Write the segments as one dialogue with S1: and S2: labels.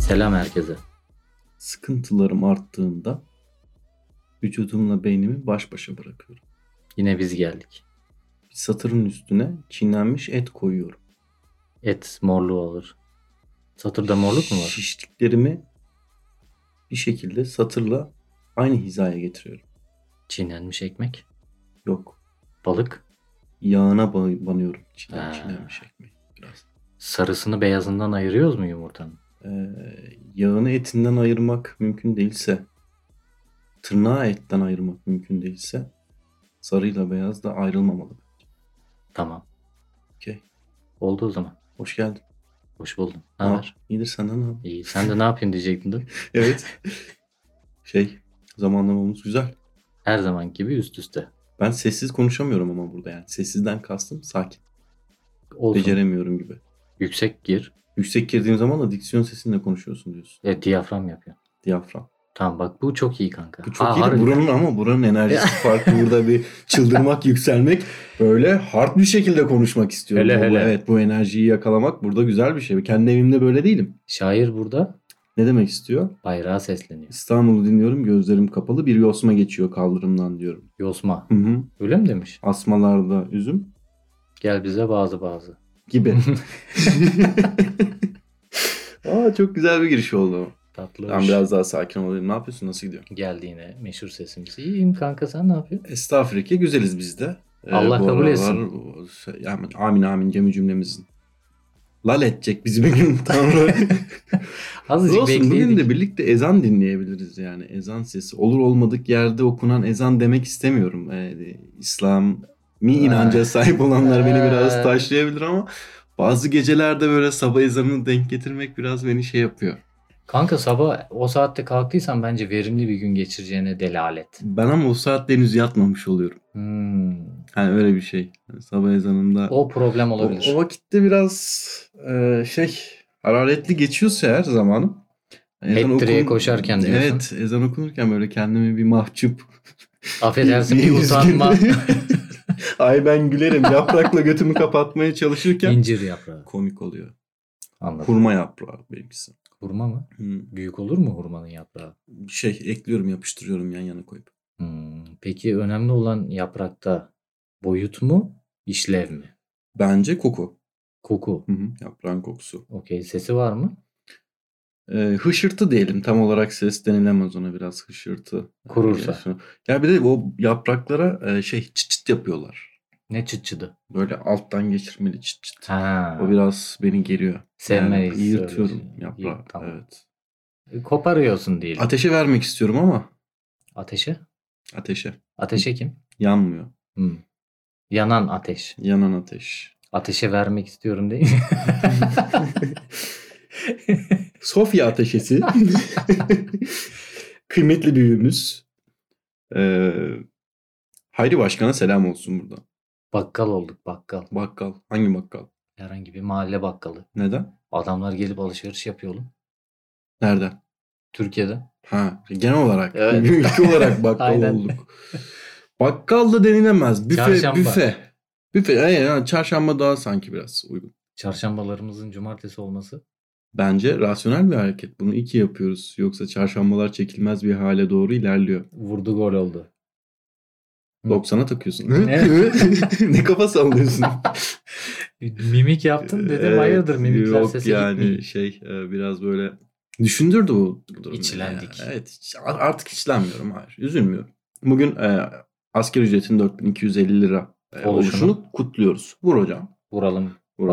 S1: Selam herkese.
S2: Sıkıntılarım arttığında vücudumla beynimi baş başa bırakıyorum.
S1: Yine biz geldik.
S2: Bir satırın üstüne çiğnenmiş et koyuyorum.
S1: Et morluğu olur. Satırda morluk mu var?
S2: Şişliklerimi bir şekilde satırla aynı hizaya getiriyorum.
S1: Çiğnenmiş ekmek.
S2: Yok.
S1: Balık.
S2: Yağına banıyorum
S1: Ha.
S2: çiğnenmiş ekmeği biraz.
S1: Sarısını beyazından ayırıyoruz mu yumurtanın?
S2: Yağını etinden ayırmak mümkün değilse, tırnağı etten ayırmak mümkün değilse sarıyla beyaz da ayrılmamalı.
S1: Tamam.
S2: Okey.
S1: Oldu o zaman.
S2: Hoş geldin.
S1: Hoş buldum. Ne haber?
S2: İyidir, senden ne haber?
S1: İyi. Sen de ne yapıyorsun diyecektin de.
S2: Evet. Zamanlamamız güzel.
S1: Her zaman gibi üst üste.
S2: Ben sessiz konuşamıyorum ama burada yani. Sessizden kastım sakin.
S1: Olsun.
S2: Beceremiyorum gibi.
S1: Yüksek gir.
S2: Yüksek girdiğim zaman da diksiyon sesinle konuşuyorsun diyorsun.
S1: Diyafram yapıyor.
S2: Diyafram.
S1: Tamam bak bu çok iyi kanka.
S2: Bu çok iyi. Buranın enerjisi farklı. Burada bir çıldırmak, yükselmek. Böyle hard bir şekilde konuşmak istiyorum.
S1: Hele.
S2: Evet, bu enerjiyi yakalamak burada güzel bir şey. Kendi evimde böyle değilim.
S1: Şair burada
S2: Ne demek istiyor?
S1: bayrağa sesleniyor.
S2: İstanbul'u dinliyorum, gözlerim kapalı. Bir yosma geçiyor kaldırımdan diyorum.
S1: Yosma.
S2: Hı.
S1: Öyle mi demiş?
S2: Asmalarda üzüm
S1: Gel bize bazı.
S2: gibi. Çok güzel bir giriş oldu.
S1: Tatlı.
S2: Ben biraz daha sakin olayım. Ne yapıyorsun? Nasıl gidiyor?
S1: Geldi yine meşhur sesimiz. İyiyim kanka, sen ne yapıyorsun?
S2: Estağfurullah, güzeliz biz de.
S1: Allah
S2: Bu
S1: kabul
S2: aralar,
S1: etsin.
S2: Yani, amin cümlemizin. Lal edecek bizi bir gün Tanrı.
S1: Azıcık
S2: Olsun, bugün
S1: bekleydik.
S2: de birlikte ezan dinleyebiliriz yani. Ezan sesi. Olur olmadık yerde okunan ezan demek istemiyorum. İslami inanca sahip olanlar beni biraz taşlayabilir ama bazı gecelerde böyle sabah ezanını denk getirmek biraz beni şey yapıyor.
S1: Kanka sabah o saatte kalktıysan bence verimli bir gün geçireceğine delalet.
S2: Ben ama o saatte henüz yatmamış oluyorum. Hani öyle bir şey. Sabah ezanında.
S1: O problem olabilir.
S2: O vakitte biraz hararetli geçiyorsa her zamanım.
S1: Hat-trick'e koşarken diyorsun.
S2: Evet, ezan okunurken böyle kendimi bir mahcup.
S1: Affedersin bir utanma.
S2: Ay ben gülerim. Yaprakla götümü kapatmaya çalışırken.
S1: İncir yaprağı.
S2: Komik oluyor.
S1: Anladım.
S2: Hurma yaprağı benimkisi.
S1: Hurma mı? Büyük olur mu hurmanın yaprağı?
S2: Ekliyorum, yapıştırıyorum yan yana koyup.
S1: Peki önemli olan yaprakta boyut mu, işlev mi?
S2: Bence koku.
S1: Koku.
S2: Yaprağın kokusu.
S1: Okey, sesi var mı?
S2: Hışırtı diyelim, tam olarak ses denilemez ona, biraz hışırtı.
S1: Kurursa.
S2: Ya bir de o yapraklara çıt çıt yapıyorlar.
S1: Ne çıt çıdı?
S2: Böyle alttan geçirmeli çıt çıt.
S1: Ha.
S2: O biraz beni geriyor.
S1: Sevmeyiz.
S2: Yani yırtıyorum yaprağı.
S1: Tamam.
S2: Evet.
S1: Koparıyorsun diyelim.
S2: Ateşe vermek istiyorum ama.
S1: Ateşe?
S2: Ateşe
S1: kim?
S2: Yanmıyor.
S1: Yanan ateş.
S2: Yanan ateş.
S1: Ateşe vermek istiyorum değil mi?
S2: Sofya ateşesi. Kıymetli büyüğümüz. Hayri Başkan'a selam olsun burada.
S1: Bakkal olduk, bakkal.
S2: Bakkal. Hangi bakkal?
S1: Herhangi bir mahalle bakkalı.
S2: Neden?
S1: Adamlar gelip alışveriş yapıyor oğlum.
S2: Nereden?
S1: Türkiye'de.
S2: Genel olarak.
S1: Evet.
S2: Ülke olarak bakkal olduk. Bakkal da denilemez. Büfe. Yani çarşamba daha sanki biraz uygun.
S1: Çarşambalarımızın cumartesi olması.
S2: Bence rasyonel bir hareket. Bunu iyi ki yapıyoruz. Yoksa çarşambalar çekilmez bir hale doğru ilerliyor.
S1: Vurdu gol oldu.
S2: 90'a takıyorsun. Ne kafa sallıyorsun?
S1: Mimik yaptım dedim, hayırdır mimikler sesi
S2: yani biraz böyle düşündürdü bu durum.
S1: İçlendik.
S2: Evet, artık içlenmiyorum, hayır. Üzülmüyorum. Bugün asgari ücretin 4250 lira oluşunu kutluyoruz. Vur hocam.
S1: Vuralım.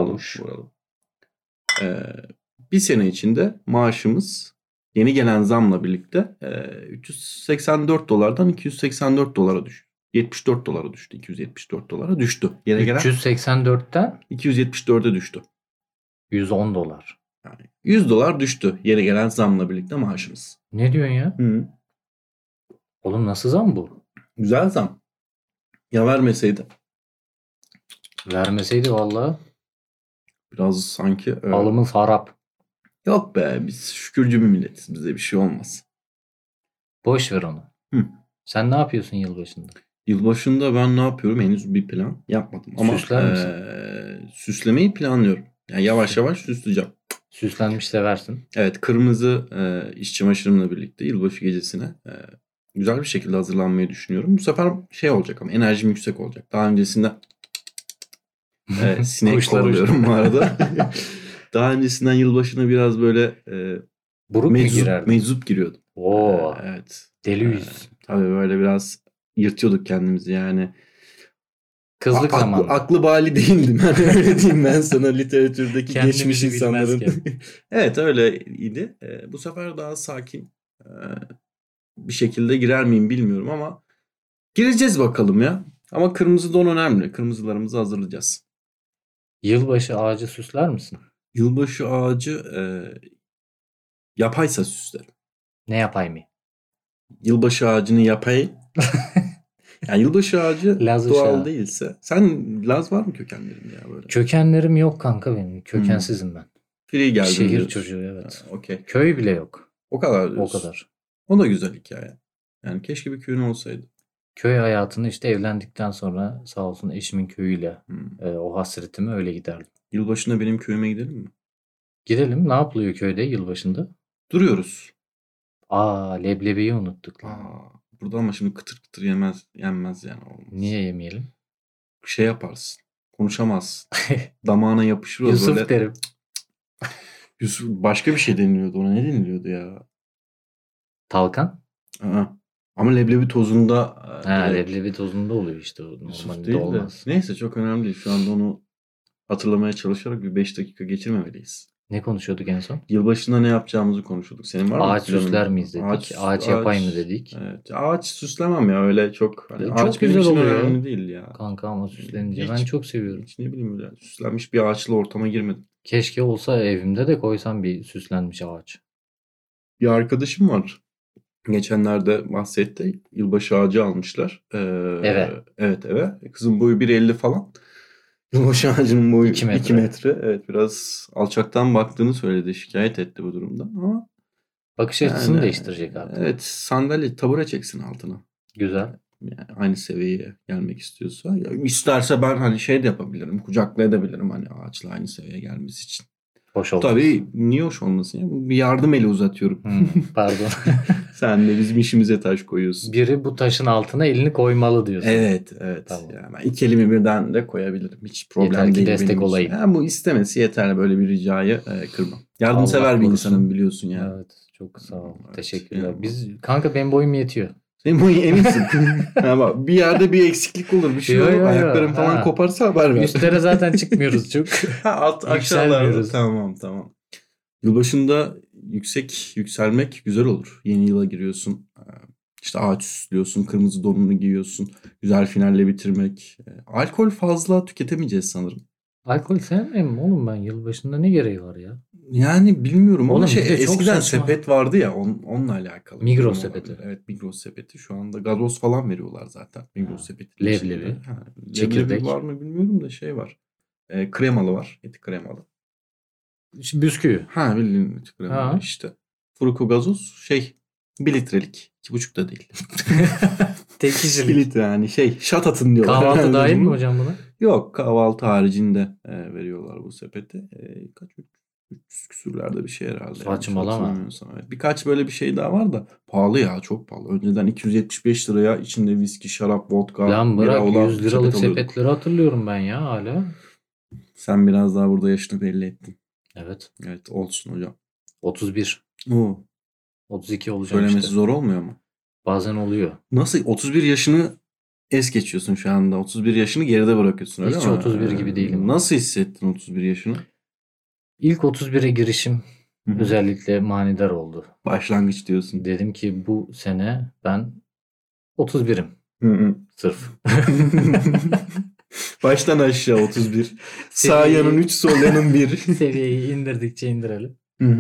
S2: Bir sene içinde maaşımız yeni gelen zamla birlikte $384'dan $284 düştü. $74 düştü. $274 düştü.
S1: 384'ten
S2: 274'e düştü.
S1: $110.
S2: Yani $100 düştü yeni gelen zamla birlikte maaşımız.
S1: Ne diyorsun ya? Oğlum nasıl zam bu?
S2: Güzel zam. Ya vermeseydi?
S1: Vermeseydi vallahi.
S2: Biraz sanki.
S1: Alımız harap.
S2: Yok be, biz şükürcü bir milletiz. Bize bir şey olmaz.
S1: Boş ver onu. Sen ne yapıyorsun yılbaşında?
S2: Yılbaşında ben ne yapıyorum? Henüz bir plan yapmadım. Ama
S1: süsler misin?
S2: Süslemeyi planlıyorum. Yani yavaş yavaş süsleyeceğim.
S1: Süslenmiş seversin.
S2: Evet, kırmızı iç çamaşırımla birlikte yılbaşı gecesine güzel bir şekilde hazırlanmayı düşünüyorum. Bu sefer şey olacak ama enerjim yüksek olacak. Daha öncesinde sinek
S1: Kuşlar
S2: kovalıyorum bu arada. Daha öncesinden yılbaşına biraz böyle
S1: Buruk mu girerdin?
S2: meczup giriyordum.
S1: Oo.
S2: Evet.
S1: Deli yüz.
S2: Tabii böyle biraz yırtıyorduk kendimizi yani.
S1: Kızlık zamanı.
S2: Aklı bali değildim. Yani öyle diyeyim ben sana literatürdeki geçmiş insanların. Evet öyleydi. Bu sefer daha sakin bir şekilde girer miyim bilmiyorum ama gireceğiz bakalım ya. Ama kırmızı don önemli. Kırmızılarımızı hazırlayacağız.
S1: Yılbaşı ağacı süsler misin?
S2: Yılbaşı ağacı yapaysa süslerim.
S1: Ne yapay mı?
S2: Yılbaşı ağacını yapay. Yani yılbaşı ağacı
S1: Laz
S2: doğal
S1: uşağı.
S2: değilse. Sen Laz var mı kökenlerinde ya böyle?
S1: Kökenlerim yok kanka benim. Kökensizim ben.
S2: Free geldim
S1: Şehir
S2: diyorsun.
S1: çocuğu evet.
S2: Okay.
S1: Köy bile yok.
S2: O kadar
S1: O
S2: diyorsun.
S1: kadar.
S2: O da güzel hikaye. Yani keşke bir köyün olsaydı.
S1: Köy hayatını işte evlendikten sonra sağ olsun eşimin köyüyle o hasretimi öyle giderdim.
S2: Yılbaşında benim köyüme gidelim mi?
S1: Gidelim. Ne yapılıyor köyde yılbaşında?
S2: Duruyoruz.
S1: Leblebiyi unuttuk lan.
S2: Burada ama şimdi kıtır kıtır yenmez yani. Olmaz.
S1: Niye yemeyelim?
S2: Şey yaparsın. Konuşamazsın. Damağına yapışır o
S1: Yusuf
S2: böyle.
S1: derim.
S2: Yusuf başka bir şey deniliyordu. Ona ne deniliyordu ya?
S1: Talkan?
S2: Ama leblebi tozunda.
S1: Leblebi tozunda oluyor işte. Normalde olmaz.
S2: Neyse çok önemli değil. Şu anda onu hatırlamaya çalışarak bir 5 dakika geçirmemeliyiz.
S1: Ne konuşuyorduk en son?
S2: Yılbaşında ne yapacağımızı konuşuyorduk. Senin var mı?
S1: Ağaç süsler miyiz dedik. Ağaç yapay mı dedik.
S2: Evet. Ağaç süslemem ya öyle çok. Hani
S1: çok
S2: ağaç
S1: güzel oluyor.
S2: Önemli değil ya.
S1: Kanka ama süslenince ben çok seviyorum.
S2: Hiç ne bileyim öyle süslenmiş bir ağaçlı ortama girmedim.
S1: Keşke olsa evimde de koysam bir süslenmiş ağaç.
S2: Bir arkadaşım var. Geçenlerde bahsetti. Yılbaşı ağacı almışlar.
S1: Eve.
S2: Evet eve. Kızın boyu 1.50 falan. Yılbaşı ağacının boyu 2 metre. Evet biraz alçaktan baktığını söyledi. Şikayet etti bu durumdan ama.
S1: Bakış açısını değiştirecek abi.
S2: Evet sandalye tabure çeksin altına.
S1: Güzel.
S2: Yani aynı seviyeye gelmek istiyorsa. Ya, isterse ben hani şey de yapabilirim. Kucaklayabilirim hani ağaçla aynı seviyeye gelmesi için.
S1: Hoş olmaz.
S2: Tabii niye hoş olmasın ya? Bir yardım eli uzatıyorum.
S1: Pardon.
S2: Sen de bizim işimize taş koyuyorsun.
S1: Biri bu taşın altına elini koymalı diyorsun.
S2: Evet.
S1: Tamam.
S2: Yani ben iki elimi birden de koyabilirim. Hiç problem
S1: yeter
S2: değil.
S1: Yeter ki destek olayım.
S2: Yani bu istemesi yeterli böyle bir ricayı kırmam. Yardımsever bir insanım biliyorsun ya.
S1: Evet. Çok sağ ol. Evet, teşekkürler. Kanka benim boyum yetiyor.
S2: Senin boyun eminsin. Ama bir yerde bir eksiklik olur. Bir şey olur. Ayaklarım falan koparsa haber ver.
S1: Üstlere zaten çıkmıyoruz çok.
S2: Aşağılarda. Tamam. Yılbaşında yükselmek güzel olur. Yeni yıla giriyorsun. İşte ağaç süslüyorsun. Kırmızı donunu giyiyorsun. Güzel finalle bitirmek. Alkol fazla tüketemeyeceğiz sanırım.
S1: Alkol sevmem oğlum ben. Yılbaşında ne gereği var ya?
S2: Yani bilmiyorum
S1: oğlum,
S2: ama eskiden sepet vardı ya onunla alakalı.
S1: Migros sepeti.
S2: Evet Migros sepeti. Şu anda gazoz falan veriyorlar zaten. Migros sepeti.
S1: Leblebi.
S2: Çekirdek var mı bilmiyorum da şey var. Kremalı var. Eti kremalı.
S1: Bisküvi.
S2: Bildiğin eti kremalı işte. Furuko gazoz 1 litrelik. 2,5 da değil.
S1: Tek kişilik.
S2: 1 litre yani şat atın diyorlar.
S1: Kahvaltı dahil mi hocam buna?
S2: Yok kahvaltı haricinde veriyorlar bu sepeti. Kaç 300 küsürlerde bir şey herhalde.
S1: Saçmalama.
S2: Evet. Birkaç böyle bir şey daha var da pahalı ya çok pahalı. Önceden 275 liraya içinde viski, şarap, vodka.
S1: Lan bırak 100 liralık sepetleri hatırlıyorum ben ya hala.
S2: Sen biraz daha burada yaşını belli ettin.
S1: Evet.
S2: Evet olsun hocam.
S1: 31. 32 olacak
S2: Söylemesi zor olmuyor mu?
S1: Bazen oluyor.
S2: Nasıl 31 yaşını es geçiyorsun şu anda. 31 yaşını geride bırakıyorsun öyle mi?
S1: Hiç 31 gibi değilim.
S2: Nasıl hissettin 31 yaşını?
S1: İlk 31'e girişim özellikle manidar oldu.
S2: Başlangıç diyorsun.
S1: Dedim ki bu sene ben 31'im. Sırf.
S2: Baştan aşağı 31. Sağ yanın 3, sol yanın 1.
S1: Seviyeyi indirdikçe indirelim.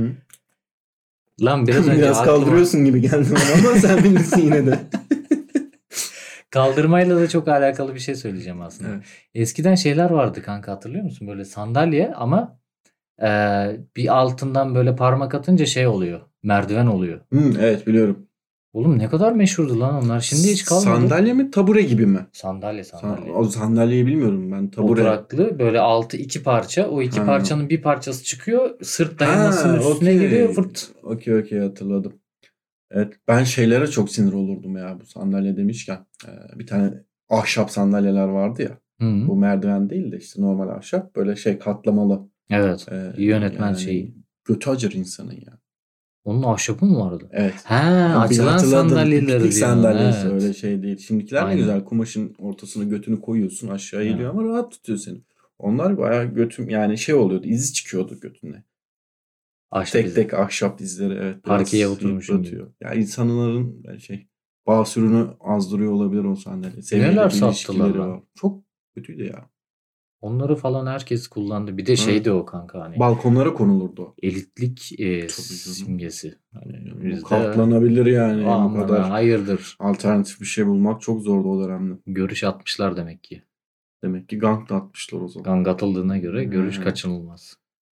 S1: Lan biraz önce
S2: biraz kaldırıyorsun gibi geldi bana ama sen bilirsin yine de.
S1: Kaldırmayla da çok alakalı bir şey söyleyeceğim aslında.
S2: Evet.
S1: Eskiden şeyler vardı kanka hatırlıyor musun? Böyle sandalye ama bir altından böyle parmak atınca oluyor. Merdiven oluyor.
S2: Evet biliyorum.
S1: Oğlum ne kadar meşhurdu lan onlar. Şimdi hiç kalmadı.
S2: Sandalye mi tabure gibi mi?
S1: Sandalye.
S2: O sandalyeyi bilmiyorum ben. Tabure.
S1: Oturaklı böyle altı iki parça. O iki
S2: Ha.
S1: parçanın bir parçası çıkıyor. Sırt dayamasının üstüne geliyor. Fırt.
S2: Okey hatırladım. Evet, ben şeylere çok sinir olurdum ya bu sandalye demişken. Bir tane ahşap sandalyeler vardı ya.
S1: Hı.
S2: Bu merdiven değil de işte normal ahşap. Böyle şey katlamalı.
S1: Evet. Yönetmen
S2: yani
S1: şeyi.
S2: Götü acır insanın ya.
S1: Onun ahşabı mı vardı?
S2: Evet.
S1: He, açılan sandalyeleri
S2: Piknik
S1: diyorsun.
S2: sandalyesi
S1: Evet.
S2: öyle şey değil. Şimdikiler ne
S1: Aynen.
S2: güzel. Kumaşın ortasına götünü koyuyorsun. Aşağı
S1: Ya.
S2: eğiliyor ama rahat tutuyor seni. Onlar bayağı götüm yani şey oluyordu. İzi çıkıyordu götünde.
S1: Ahşap izi.
S2: Tek ahşap dizleri evet.
S1: Parkeye
S2: Biraz
S1: oturmuşum gibi.
S2: yıpratıyor. Yani insanların şey basürünü azdırıyor olabilir o sandalye. Seviyeli
S1: Neler
S2: bir
S1: sattılar
S2: ilişkileri
S1: lan?
S2: var. Çok kötüydü ya.
S1: Onları falan herkes kullandı. Bir de şeydi o kanka hani.
S2: Balkonlara konulurdu o.
S1: Elitlik
S2: Tabii canım.
S1: simgesi. Hani
S2: Bu
S1: bizde
S2: katlanabilir yani. Bu
S1: aman
S2: kadar
S1: hayırdır.
S2: alternatif bir şey bulmak çok zordu o dönemde.
S1: Görüş atmışlar demek ki.
S2: Demek ki gank da atmışlar o zaman.
S1: Gang atıldığına göre görüş kaçınılmaz.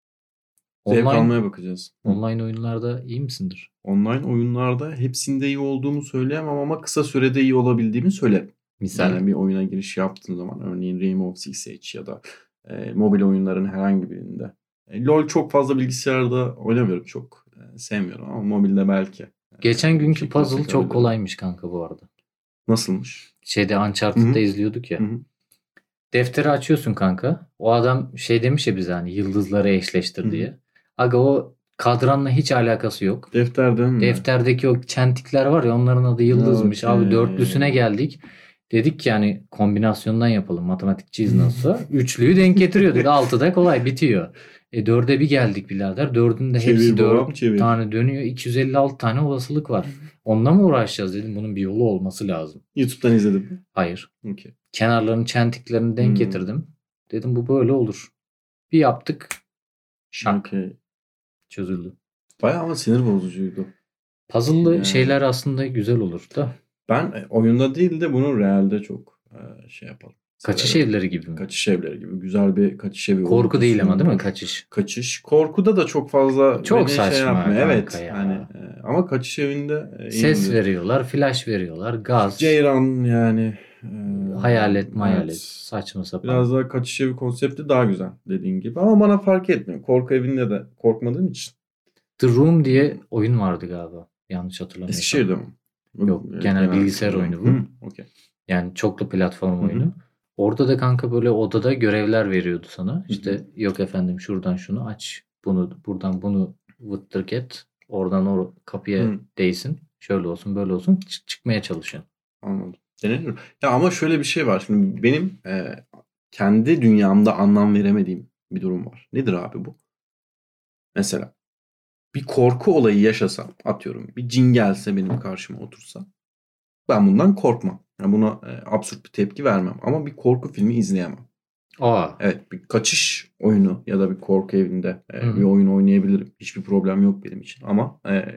S2: Zevk almaya bakacağız.
S1: Online oyunlarda iyi misindir?
S2: Online oyunlarda hepsinde iyi olduğumu söyleyemem ama kısa sürede iyi olabildiğimi söylerim.
S1: Misal.
S2: Yani bir oyuna giriş yaptığın zaman örneğin Rainbow Six Siege ya da mobil oyunların herhangi birinde. LoL çok fazla bilgisayarda oynamıyorum çok. Sevmiyorum ama mobilde belki.
S1: Geçen günkü
S2: şekilde
S1: puzzle çok
S2: takılabilirim.
S1: kolaymış kanka bu arada.
S2: Nasılmış?
S1: Şeyde Uncharted'da izliyorduk ya.
S2: Hı-hı.
S1: Defteri açıyorsun kanka. O adam şey demiş ya bize hani yıldızları eşleştir diye. Aga o kadranla hiç alakası yok.
S2: Defterden mi?
S1: Defterdeki o çentikler var ya onların adı yıldızmış. Abi dörtlüsüne geldik. Dedik ki yani kombinasyondan yapalım. Matematikçiyiz nasılsa. Üçlüyü denk getiriyorduk. 6'da kolay bitiyor. 4'e bir geldik birader. Dördünde hepsi 4 tane dönüyor. 256 tane olasılık var. Onunla mı uğraşacağız dedim. Bunun bir yolu olması lazım.
S2: YouTube'dan izledim.
S1: Hayır.
S2: Okay.
S1: Kenarlarını çentiklerini denk getirdim. Dedim bu böyle olur. Bir yaptık. Şak.
S2: Okay.
S1: Çözüldü.
S2: Bayağı ama sinir bozucuydu.
S1: Puzzle'lı şeyler aslında güzel olur da.
S2: Ben oyunda değil de bunu realde çok şey yapalım.
S1: Kaçış evleri gibi mi?
S2: Kaçış evleri gibi. Güzel bir kaçış evi.
S1: Korku değil ama değil mi kaçış?
S2: Kaçış. Korkuda da çok fazla
S1: çok saçma
S2: şey yapmıyor. Evet.
S1: Ya.
S2: Yani ama kaçış evinde
S1: ses veriyorlar, flash veriyorlar, gaz.
S2: Ceyran yani.
S1: Hayalet, mayalet. Saçma sapan.
S2: Biraz daha kaçış evi konsepti daha güzel dediğin gibi. Ama bana fark etmiyor. Korku evinde de korkmadığım için.
S1: The Room diye oyun vardı galiba. Yanlış hatırlamıyorsam.
S2: Eskişehir'de mi?
S1: Yok. Genel bilgisayar oyunu bu.
S2: Okay.
S1: Yani çoklu platform oyunu. Orada da kanka böyle odada görevler veriyordu sana. İşte yok efendim şuradan şunu aç. Bunu buradan bunu vıttırk et. Oradan o kapıya değsin. Şöyle olsun böyle olsun. Çıkmaya çalışıyorsun.
S2: Anladım. Deneniyorum. Ya ama şöyle bir şey var. Şimdi benim kendi dünyamda anlam veremediğim bir durum var. Nedir abi bu? Mesela bir korku olayı yaşasam atıyorum. Bir cin gelse benim karşıma otursa. Ben bundan korkmam. Yani buna absürt bir tepki vermem. Ama bir korku filmi izleyemem. Evet bir kaçış oyunu ya da bir korku evinde bir oyun oynayabilirim. Hiçbir problem yok benim için. Ama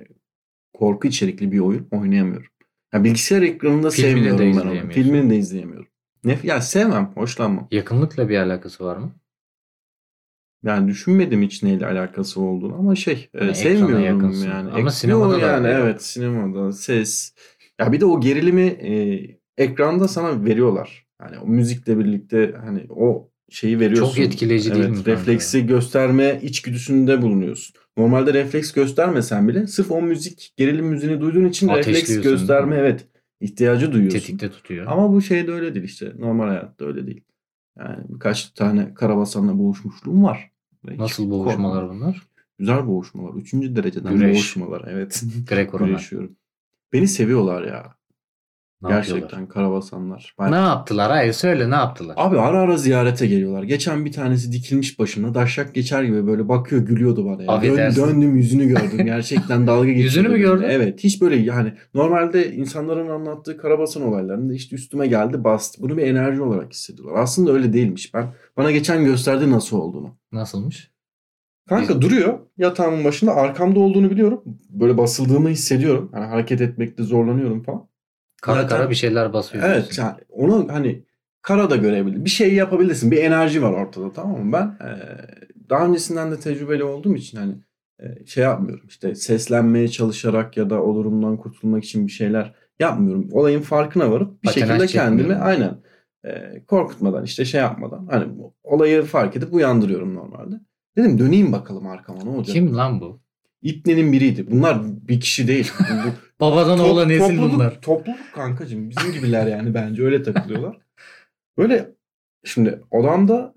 S2: korku içerikli bir oyun oynayamıyorum. Yani bilgisayar ekranında sevmiyorum ben onu. Filmini de izleyemiyorum. Ya sevmem, hoşlanmam.
S1: Yakınlıkla bir alakası var mı?
S2: Yani düşünmedim hiç neyle alakası olduğunu ama sevmiyorum yani.
S1: Ama sinemada da
S2: yani evet sinemada ses. Ya bir de o gerilimi ekranda sana veriyorlar. Hani o müzikle birlikte hani o şeyi veriyorsun.
S1: Çok etkileyici değil mi?
S2: Refleksi gösterme içgüdüsünde bulunuyorsun. Normalde refleks göstermesen bile sırf o gerilim müziğini duyduğun için refleks gösterme ihtiyacı duyuyorsun.
S1: Tetikte tutuyor.
S2: Ama bu şeyde öyle değil işte. Normal hayatta öyle değil. Yani birkaç tane karabasanla boğuşmuşluğum var.
S1: Nasıl boğuşmalar bunlar?
S2: Güzel boğuşmalar. 3. dereceden boğuşmalar. Evet. Güreşiyorum. Beni seviyorlar ya. Gerçekten karabasanlar.
S1: Ne yaptılar? Hayır söyle ne yaptılar?
S2: Abi ara ara ziyarete geliyorlar. Geçen bir tanesi dikilmiş başına. Daşak geçer gibi böyle bakıyor gülüyordu bana. Ya. Döndüm yüzünü gördüm. Gerçekten dalga geçiyordu.
S1: Yüzünü mü gördün?
S2: Evet. Hiç böyle yani normalde insanların anlattığı karabasan olaylarında işte üstüme geldi bastı. Bunu bir enerji olarak hissediyorlar. Aslında öyle değilmiş. Bana geçen gösterdi nasıl olduğunu.
S1: Nasılmış?
S2: Kanka duruyor yatağımın başında. Arkamda olduğunu biliyorum. Böyle basıldığımı hissediyorum. Yani hareket etmekte zorlanıyorum falan.
S1: Kara bir şeyler basıyor.
S2: Evet. Yani onu hani kara da görebilir. Bir şey yapabilirsin. Bir enerji var ortada tamam mı? Ben daha öncesinden de tecrübeli olduğum için hani şey yapmıyorum. İşte seslenmeye çalışarak ya da olurumdan kurtulmak için bir şeyler yapmıyorum. Olayın farkına varıp bir
S1: Patinaj
S2: şekilde kendimi
S1: çekmiyorum.
S2: aynen korkutmadan işte şey yapmadan hani olayı fark edip uyandırıyorum normalde. Dedim döneyim bakalım arkama ne olacak.
S1: Kim lan bu?
S2: İbnenin biriydi. Bunlar bir kişi değil. Bu
S1: Babadan oğula nesil
S2: topluluk,
S1: bunlar.
S2: topluluk kankacığım. Bizim gibiler yani bence öyle takılıyorlar. Böyle şimdi odamda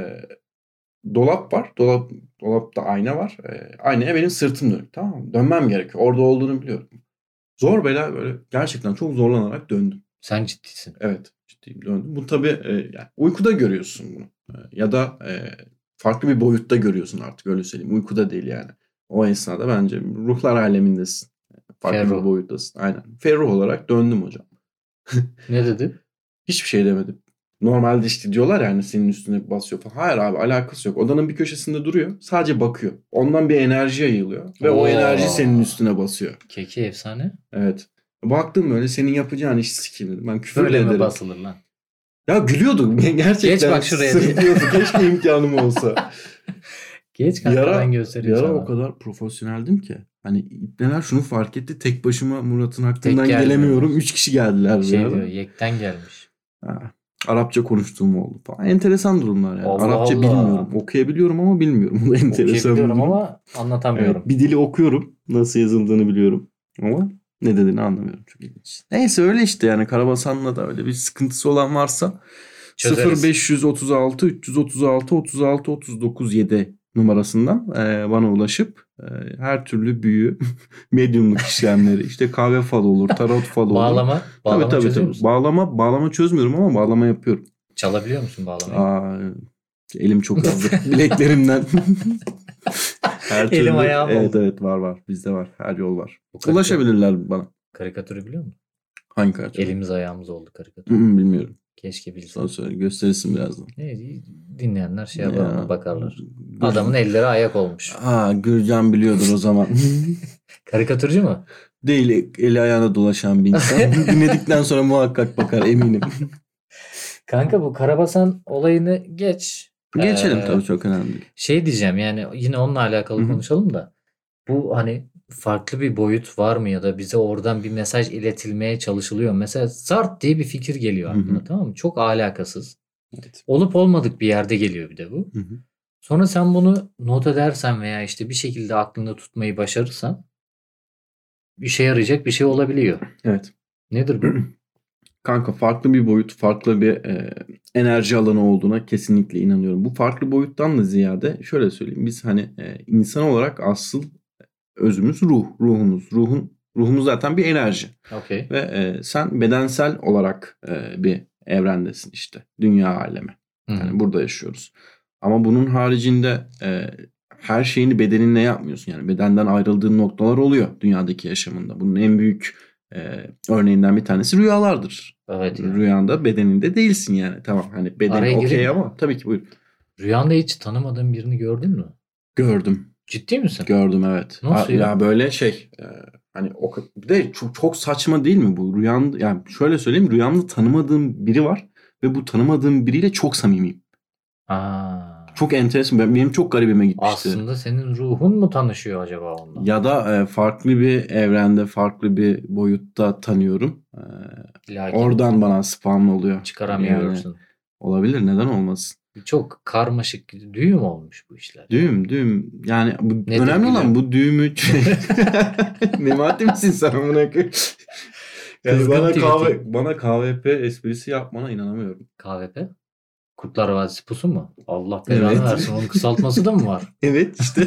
S2: dolap var. Dolapta ayna var. Aynaya benim sırtım dönük. Tamam mı? Dönmem gerekiyor. Orada olduğunu biliyorum. Zor bela böyle gerçekten çok zorlanarak döndüm.
S1: Sen ciddisin.
S2: Evet ciddiyim döndüm. Bu tabii yani uykuda görüyorsun bunu. Ya da farklı bir boyutta görüyorsun artık öyle söyleyeyim. Uykuda değil yani. O esnada bence ruhlar alemindesin. Farklı bir boyuttasın. Aynen. Ferruh olarak döndüm hocam.
S1: Ne dedi?
S2: Hiçbir şey demedim. Normalde işte diyorlar yani senin üstüne basıyor falan. Hayır abi alakası yok. Odanın bir köşesinde duruyor. Sadece bakıyor. Ondan bir enerji yayılıyor. Ve o enerji senin üstüne basıyor.
S1: Keki efsane.
S2: Evet. Baktım böyle senin yapacağın iş sikeyim dedim. Ben küfür
S1: böyle
S2: ederim.
S1: Böyle mi basılır lan?
S2: Ya gülüyordu. Gerçekten
S1: Geç bak şuraya.
S2: Sırıtıyordu. Keşke imkanım olsa.
S1: Geç kanka ben göstereyim sana.
S2: O kadar profesyoneldim ki. Hani ipneler şunu fark etti. Tek başıma Murat'ın hakkından gelemiyorum. 3 kişi geldiler.
S1: Şey diyor yekten gelmiş.
S2: Ha. Arapça konuştuğum oldu falan. Enteresan durumlar yani.
S1: Allah
S2: Arapça
S1: Allah.
S2: bilmiyorum. Okuyabiliyorum ama bilmiyorum. Bu da enteresan.
S1: Okuyabiliyorum ama anlatamıyorum.
S2: Evet, bir dili okuyorum. Nasıl yazıldığını biliyorum. Ama ne dediğini anlamıyorum. Çok ilginç. Neyse öyle işte yani Karabasan'la da öyle bir sıkıntısı olan varsa çözeriz. 0536 336 36 39 7 numarasından bana ulaşıp her türlü büyü, medyumluk işlemleri, işte kahve falı olur, tarot falı olur.
S1: Bağlama çözüyor musun?
S2: Bağlama çözmüyorum ama bağlama yapıyorum.
S1: Çalabiliyor musun bağlamayı?
S2: Elim çok hızlı. Bileklerimden. Her türlü,
S1: elim ayağım oldu.
S2: Evet var. Bizde var. Her yol var. Ulaşabilirler bana.
S1: Karikatürü biliyor musun?
S2: Hangi karikatür?
S1: Elimiz ayağımız oldu karikatür.
S2: Bilmiyorum.
S1: Keşke bilsin.
S2: Sonra söyle gösterirsin birazdan.
S1: Dinleyenler şey yapar bakarlar. Adamın elleri ayak olmuş.
S2: Gürcan biliyordur o zaman.
S1: Karikatürcü mü?
S2: Değil, eli ayağına dolaşan bir insan. Dinledikten sonra muhakkak bakar eminim.
S1: Kanka bu Karabasan olayını geç.
S2: Geçelim tabii çok önemli değil.
S1: Şey diyeceğim yani yine onunla alakalı konuşalım da. Bu hani farklı bir boyut var mı ya da bize oradan bir mesaj iletilmeye çalışılıyor. Mesela Zart diye bir fikir geliyor aklına, tamam mı? Çok alakasız.
S2: Evet.
S1: Olup olmadık bir yerde geliyor bir de bu. Sonra sen bunu not edersen veya işte bir şekilde aklında tutmayı başarırsan işe yarayacak bir şey olabiliyor.
S2: Evet.
S1: Nedir bu?
S2: Kanka farklı bir boyut, farklı bir enerji alanı olduğuna kesinlikle inanıyorum. Bu farklı boyuttan da ziyade şöyle söyleyeyim. Biz hani insan olarak asıl özümüz ruhumuz. Ruhumuz zaten bir enerji.
S1: Okay.
S2: Ve sen bedensel olarak bir evrendesin işte. Dünya alemi. Yani burada yaşıyoruz. Ama bunun haricinde her şeyini bedeninle yapmıyorsun. Yani bedenden ayrıldığın noktalar oluyor dünyadaki yaşamında. Bunun en büyük örneğinden bir tanesi rüyalardır.
S1: Evet. Yani.
S2: Rüyanda bedeninde değilsin yani. Tamam hani beden okey ama tabii ki buyur.
S1: Rüyanda hiç tanımadığın birini gördün mü?
S2: Gördüm.
S1: Ciddi misin?
S2: Gördüm evet.
S1: Nasıl
S2: ya? böyle hani bir de çok saçma değil mi bu? Rüyamda yani şöyle söyleyeyim rüyamda tanımadığım biri var ve bu tanımadığım biriyle çok samimiyim. Çok enteresan. Benim çok garibime gitmişti.
S1: Aslında senin ruhun mu tanışıyor acaba onunla?
S2: Ya da farklı bir evrende, farklı bir boyutta tanıyorum. Oradan bana spam oluyor.
S1: Çıkaramıyorsun.
S2: Yani, olabilir. Neden olmasın?
S1: Çok karmaşık. Düğüm olmuş bu işler.
S2: Düğüm. Yani önemli olan bu düğümü... Memati misin sen amına koyayım? Yani bana KVP esprisi yapmana inanamıyorum.
S1: KVP? Kurtlar Vadisi Pusu mu? Allah belanı versin. Onun kısaltması da mı var?
S2: Evet işte.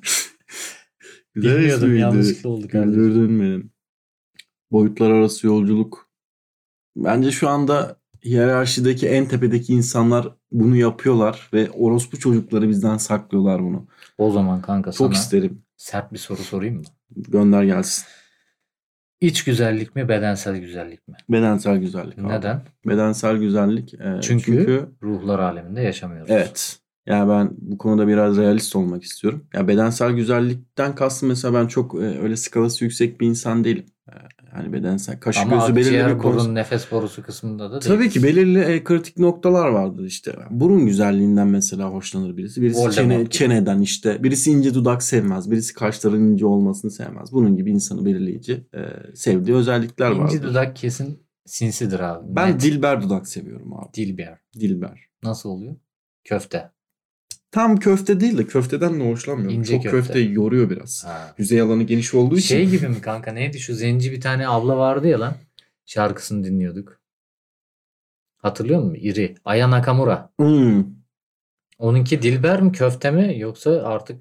S2: Güzel
S1: bilmiyordum. Yanlışlıkla oldu kardeşim.
S2: Güldürdün benim. Boyutlar arası yolculuk. Bence şu anda hiyerarşideki en tepedeki insanlar bunu yapıyorlar ve orospu çocukları bizden saklıyorlar bunu.
S1: O zaman kanka
S2: çok isterim.
S1: Sert bir soru sorayım mı?
S2: Gönder gelsin.
S1: İç güzellik mi, bedensel güzellik mi?
S2: Bedensel güzellik.
S1: Neden?
S2: Abi. Bedensel güzellik.
S1: Çünkü ruhlar aleminde yaşamıyoruz.
S2: Evet. Yani ben bu konuda biraz realist olmak istiyorum. Ya bedensel güzellikten kastım mesela ben çok öyle skalası yüksek bir insan değilim. Yani bedensel kaşı
S1: Ama
S2: gözü belirli
S1: akciğer,
S2: bir
S1: burun, nefes borusu kısmında da
S2: Tabii
S1: değil.
S2: ki belirli kritik noktalar vardır işte. Burun güzelliğinden mesela hoşlanır birisi. Birisi
S1: Voldemort gibi.
S2: çeneden işte. Birisi ince dudak sevmez. Birisi kaşların ince olmasını sevmez. Bunun gibi insanı belirleyici sevdiği özellikler vardır.
S1: İnci dudak kesin sinsidir abi.
S2: Ben
S1: Net.
S2: dilber dudak seviyorum abi.
S1: Dilber.
S2: Dilber.
S1: Nasıl oluyor? Köfte.
S2: Tam köfte değil de köfteden de hoşlanmıyorum.
S1: İnce
S2: Çok köfte yoruyor biraz.
S1: Ha.
S2: Yüzey alanı geniş olduğu için.
S1: Şey gibi mi kanka, neydi şu zenci bir tane abla vardı ya lan. Şarkısını dinliyorduk. Hatırlıyor musun? İri. Aya Nakamura.
S2: Hmm.
S1: Onunki dilber mi köfte mi yoksa artık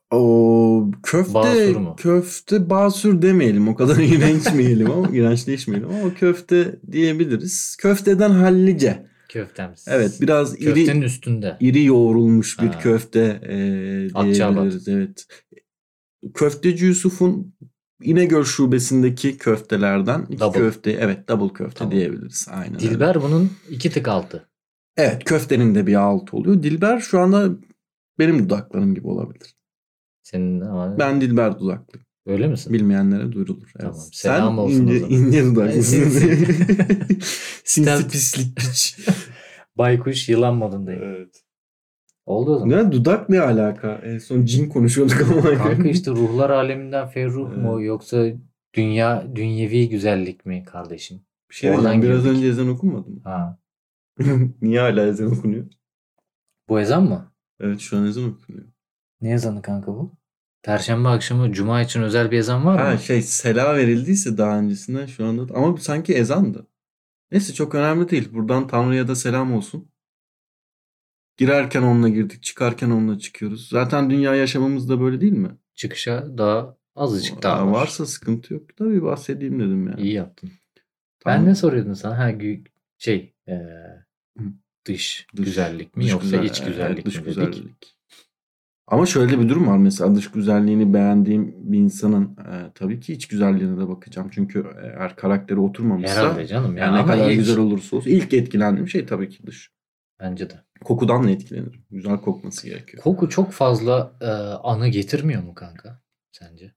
S2: O
S1: basur mu?
S2: köfte basur demeyelim. O kadar iğrençmeyelim ama iğrençleşmeyelim ama köfte diyebiliriz. Köfteden hallice.
S1: Köftemiz.
S2: Evet, biraz
S1: Köftenin üstünde.
S2: iri yoğrulmuş bir
S1: Ha.
S2: köfte
S1: Akçaabat.
S2: diyebiliriz. Evet. Köfteci Yusuf'un İnegöl şubesindeki köftelerden iki
S1: Double.
S2: köfte. Evet, double köfte
S1: Tamam.
S2: diyebiliriz. Aynen öyle.
S1: Dilber bunun 2 tık altı.
S2: Evet, köftenin de bir altı oluyor. Dilber şu anda benim dudaklarım gibi olabilir.
S1: Senin ama
S2: Ben dilber dudaklıyım.
S1: öyle misin?
S2: Bilmeyenlere duyurulur. Evet.
S1: Tamam. Selam olsun o zaman.
S2: İnce dudaklısın.
S1: Sinsi.
S2: Sinsi pislik piç.
S1: Baykuş yılan modundayım.
S2: Evet.
S1: Oldu o zaman.
S2: Ne dudak ne alaka? En son cin konuşuyorduk ama.
S1: Kanka işte ruhlar aleminden Ferruh mu yoksa dünyevi güzellik mi kardeşim?
S2: Bir şey
S1: Oradan
S2: diyeceğim. Biraz
S1: girdik.
S2: önce ezan okunmadı mı?
S1: Ha.
S2: Niye hala ezan okunuyor?
S1: Bu ezan mı?
S2: Evet, şu an ezan okunuyor.
S1: Ne ezanı kanka bu? Perşembe akşamı Cuma için özel bir ezan var mı?
S2: Sela verildiyse daha öncesinden şu anda ama sanki ezandı. Neyse, çok önemli değil. Buradan Tanrı'ya da selam olsun. Girerken onunla girdik, çıkarken onunla çıkıyoruz. Zaten dünya yaşamımız da böyle değil mi?
S1: Çıkışa daha azıcık daha var.
S2: Varsa sıkıntı yok. Tabii bahsedeyim dedim yani.
S1: İyi yaptın.
S2: Tamam.
S1: Ben ne soruyordun sana? Dış güzellik mi yoksa iç güzellik
S2: dış
S1: mi dedik?
S2: güzellik. Ama şöyle bir durum var. Mesela dış güzelliğini beğendiğim bir insanın tabii ki iç güzelliğine de bakacağım. Çünkü eğer karakteri oturmamışsa
S1: Herhalde canım.
S2: yani ne
S1: ama
S2: kadar
S1: ilk,
S2: güzel olursa olsun ilk etkilendiğim şey tabii ki dış.
S1: bence de.
S2: Kokudan da etkilenirim. Güzel kokması gerekiyor.
S1: Koku çok fazla anı getirmiyor mu kanka sence?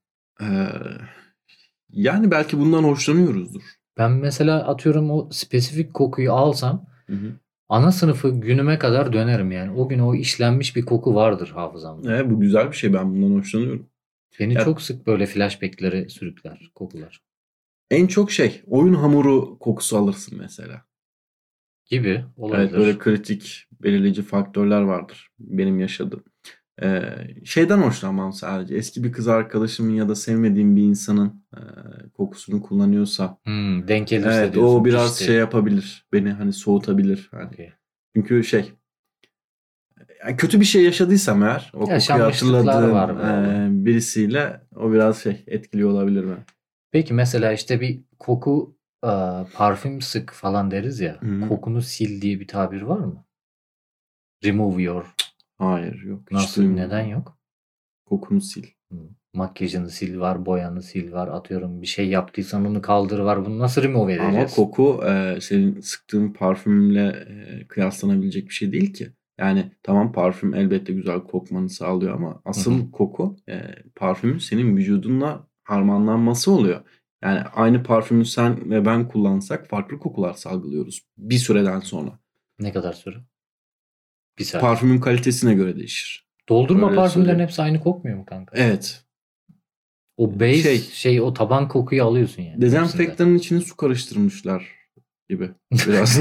S2: Yani belki bundan hoşlanıyoruzdur.
S1: Ben mesela atıyorum o spesifik kokuyu alsam ana sınıfı günüme kadar dönerim yani. O gün o işlenmiş bir koku vardır hafızamda.
S2: Bu güzel bir şey. Ben bundan hoşlanıyorum.
S1: Beni çok sık böyle flashback'lere sürükler kokular.
S2: En çok oyun hamuru kokusu alırsın mesela.
S1: Gibi olabilir.
S2: Evet, böyle kritik belirleyici faktörler vardır benim yaşadığım. Şeyden hoşlanmam sadece. Eski bir kız arkadaşımın ya da sevmediğim bir insanın kokusunu kullanıyorsa.
S1: Denk gelirse
S2: evet,
S1: diyorsun.
S2: o biraz yapabilir. Beni hani soğutabilir. Yani.
S1: Okay.
S2: Çünkü yani kötü bir şey yaşadıysam eğer o kokuyu hatırladığım birisiyle o biraz etkiliyor olabilir mi?
S1: Peki mesela işte bir koku parfüm sık falan deriz ya.
S2: Hı-hı.
S1: Kokunu sil diye bir tabir var mı? Remove your.
S2: Hayır, yok.
S1: Nasıl? Neden yok?
S2: Kokunu sil.
S1: Makyajını sil var, boyanı sil var. Atıyorum bir şey yaptıysan onu kaldır var. Bunu nasıl remove edeceğiz?
S2: Ama koku senin sıktığın parfümle kıyaslanabilecek bir şey değil ki. Yani tamam, parfüm elbette güzel kokmanı sağlıyor ama asıl koku parfümün senin vücudunla harmanlanması oluyor. Yani aynı parfümü sen ve ben kullansak farklı kokular salgılıyoruz bir süreden sonra.
S1: Ne kadar süre? Bir saat.
S2: Parfümün kalitesine göre değişir.
S1: Doldurma öyle parfümlerin hepsi aynı kokmuyor mu kanka?
S2: Evet.
S1: O base o taban kokuyu alıyorsun yani.
S2: Dezenfektanın içine su karıştırmışlar gibi biraz.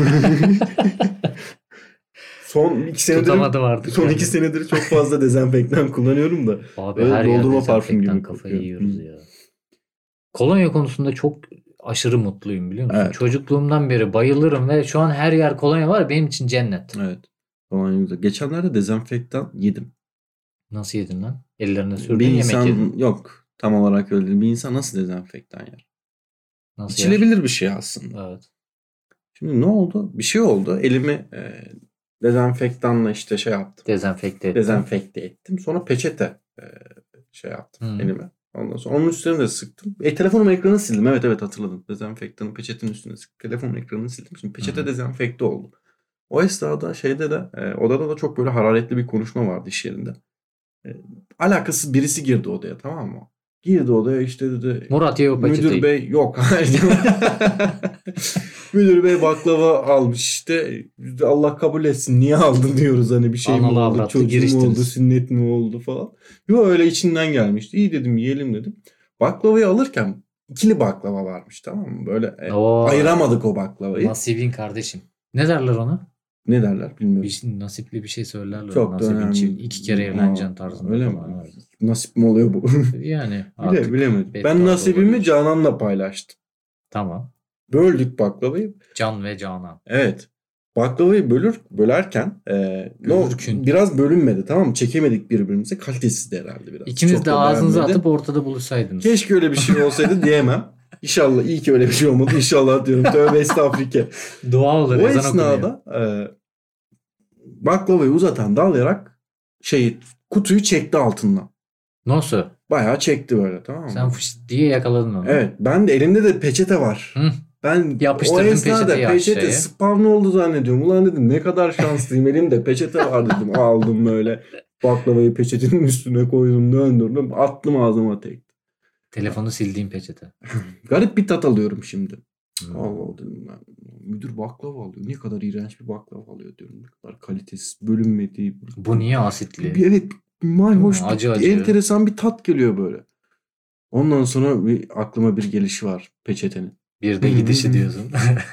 S2: Son 2 senedir çok fazla dezenfektan kullanıyorum da.
S1: Abi her doldurma parfüm gibi kafayı yiyoruz ya. Kolonya konusunda çok aşırı mutluyum biliyor musun? Evet. Çocukluğumdan beri bayılırım ve şu an her yer kolonya var, benim için cennet.
S2: Evet. Kolonya güzel. Geçenlerde dezenfektan yedim.
S1: Nasıl yedin lan? Ellerine sürdün,
S2: bir
S1: yemek
S2: insan,
S1: yedin.
S2: Yok, tam olarak öyle değil. Bir insan nasıl dezenfektan yer?
S1: Nasıl
S2: İçilebilir bir şey aslında.
S1: Evet.
S2: Şimdi ne oldu? Bir şey oldu. Elimi dezenfektanla yaptım. Dezenfekte ettim. Sonra peçete yaptım elime. Ondan sonra onun üstüne de sıktım. Telefonum ekranını sildim. Evet hatırladım. Dezenfektanın peçetenin üstüne sıktım. Telefonun ekranını sildim. Şimdi peçete dezenfekte oldu. O esnada odada da çok böyle hararetli bir konuşma vardı iş yerinde. Alakasız birisi girdi odaya, tamam mı? Girdi odaya işte dedi.
S1: Murat ye o peçeteyi.
S2: Müdür bey yok. Müdür bey baklava almış işte. Allah kabul etsin. Niye aldın diyoruz hani bir şey mi
S1: Analı
S2: oldu?
S1: avratlı
S2: Çocuğu mu
S1: giriştiniz.
S2: oldu? Sünnet mi oldu falan. Yok öyle içinden gelmişti. İyi dedim yiyelim dedim. Baklavayı alırken ikili baklava varmış tamam mı? Böyle
S1: Oo.
S2: ayıramadık o baklavayı.
S1: Nasibin kardeşim. Ne derler ona?
S2: Ne derler bilmiyorum.
S1: Nasipli bir şey söylerler.
S2: Çok da
S1: Nasibin
S2: önemli.
S1: 2 kere evleneceksin tarzında.
S2: Öyle mi?
S1: falan. Evet.
S2: Nasip mi oluyor bu?
S1: Yani artık.
S2: Bilemedim.
S1: beddua
S2: Ben
S1: da
S2: nasibimi
S1: olabilir.
S2: Canan'la paylaştım.
S1: Tamam.
S2: Böldük baklavayı.
S1: Can ve Canan.
S2: Evet. Baklavayı bölerken
S1: Bölürkün.
S2: biraz bölünmedi tamam mı? Çekemedik birbirimize. Kalitesizdi herhalde biraz.
S1: İkiniz
S2: Çok
S1: de
S2: da
S1: ağzınızı
S2: beğenmedim.
S1: atıp ortada buluşsaydınız.
S2: Keşke öyle bir şey olsaydı diyemem. İnşallah iyi ki öyle bir şey olmadı. İnşallah diyorum. Tövbe estağfurullah.
S1: Dua olur.
S2: O
S1: ezan okunuyor.
S2: esnada baklavayı uzatan dalayarak kutuyu çekti altından.
S1: Nasıl?
S2: Bayağı çekti böyle tamam mı?
S1: Sen fış diye yakaladın onu.
S2: Evet. Ben de elimde de peçete var.
S1: Hı.
S2: Ben
S1: Yapıştırdın
S2: o esnada
S1: peçeteyi
S2: peçete
S1: aşağıya.
S2: spam oldu zannediyorum. Ulan dedim ne kadar şanslıyım. Elimde peçete var dedim. Aldım böyle baklavayı peçetenin üstüne koydum döndürdüm. Attım ağzıma tek.
S1: Telefonu sildiğim peçete.
S2: Garip bir tat alıyorum şimdi.
S1: Hmm.
S2: Allah dedim ben. Müdür baklava alıyor. Ne kadar iğrenç bir baklava alıyor diyorum. Ne kadar kalitesiz, bölünmediği.
S1: Bu niye asitli?
S2: Evet mayhoş
S1: Acı
S2: bir,
S1: acı.
S2: enteresan bir tat geliyor böyle. Ondan sonra aklıma bir gelişi var peçetenin.
S1: Bir de gidişi diyorsun.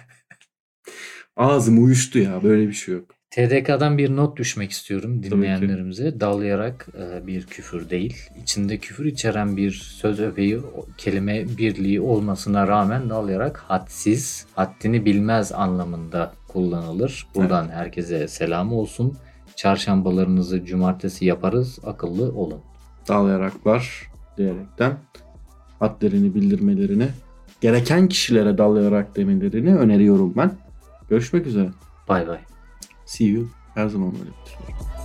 S2: Ağzım uyuştu ya böyle bir şey yok.
S1: TDK'dan bir not düşmek istiyorum
S2: ki.
S1: dinleyenlerimize. Dalayarak bir küfür değil. İçinde küfür içeren bir söz öbeği, kelime birliği olmasına rağmen dalayarak hadsiz, haddini bilmez anlamında kullanılır. Buradan herkese selam olsun. Çarşambalarınızı cumartesi yaparız. Akıllı olun.
S2: Dalayaraklar diyerekten hadlerini bildirmelerini, gereken kişilere dalayarak demelerini öneriyorum ben. Görüşmek üzere.
S1: Bay bay.
S2: See you. Her zaman öyledir.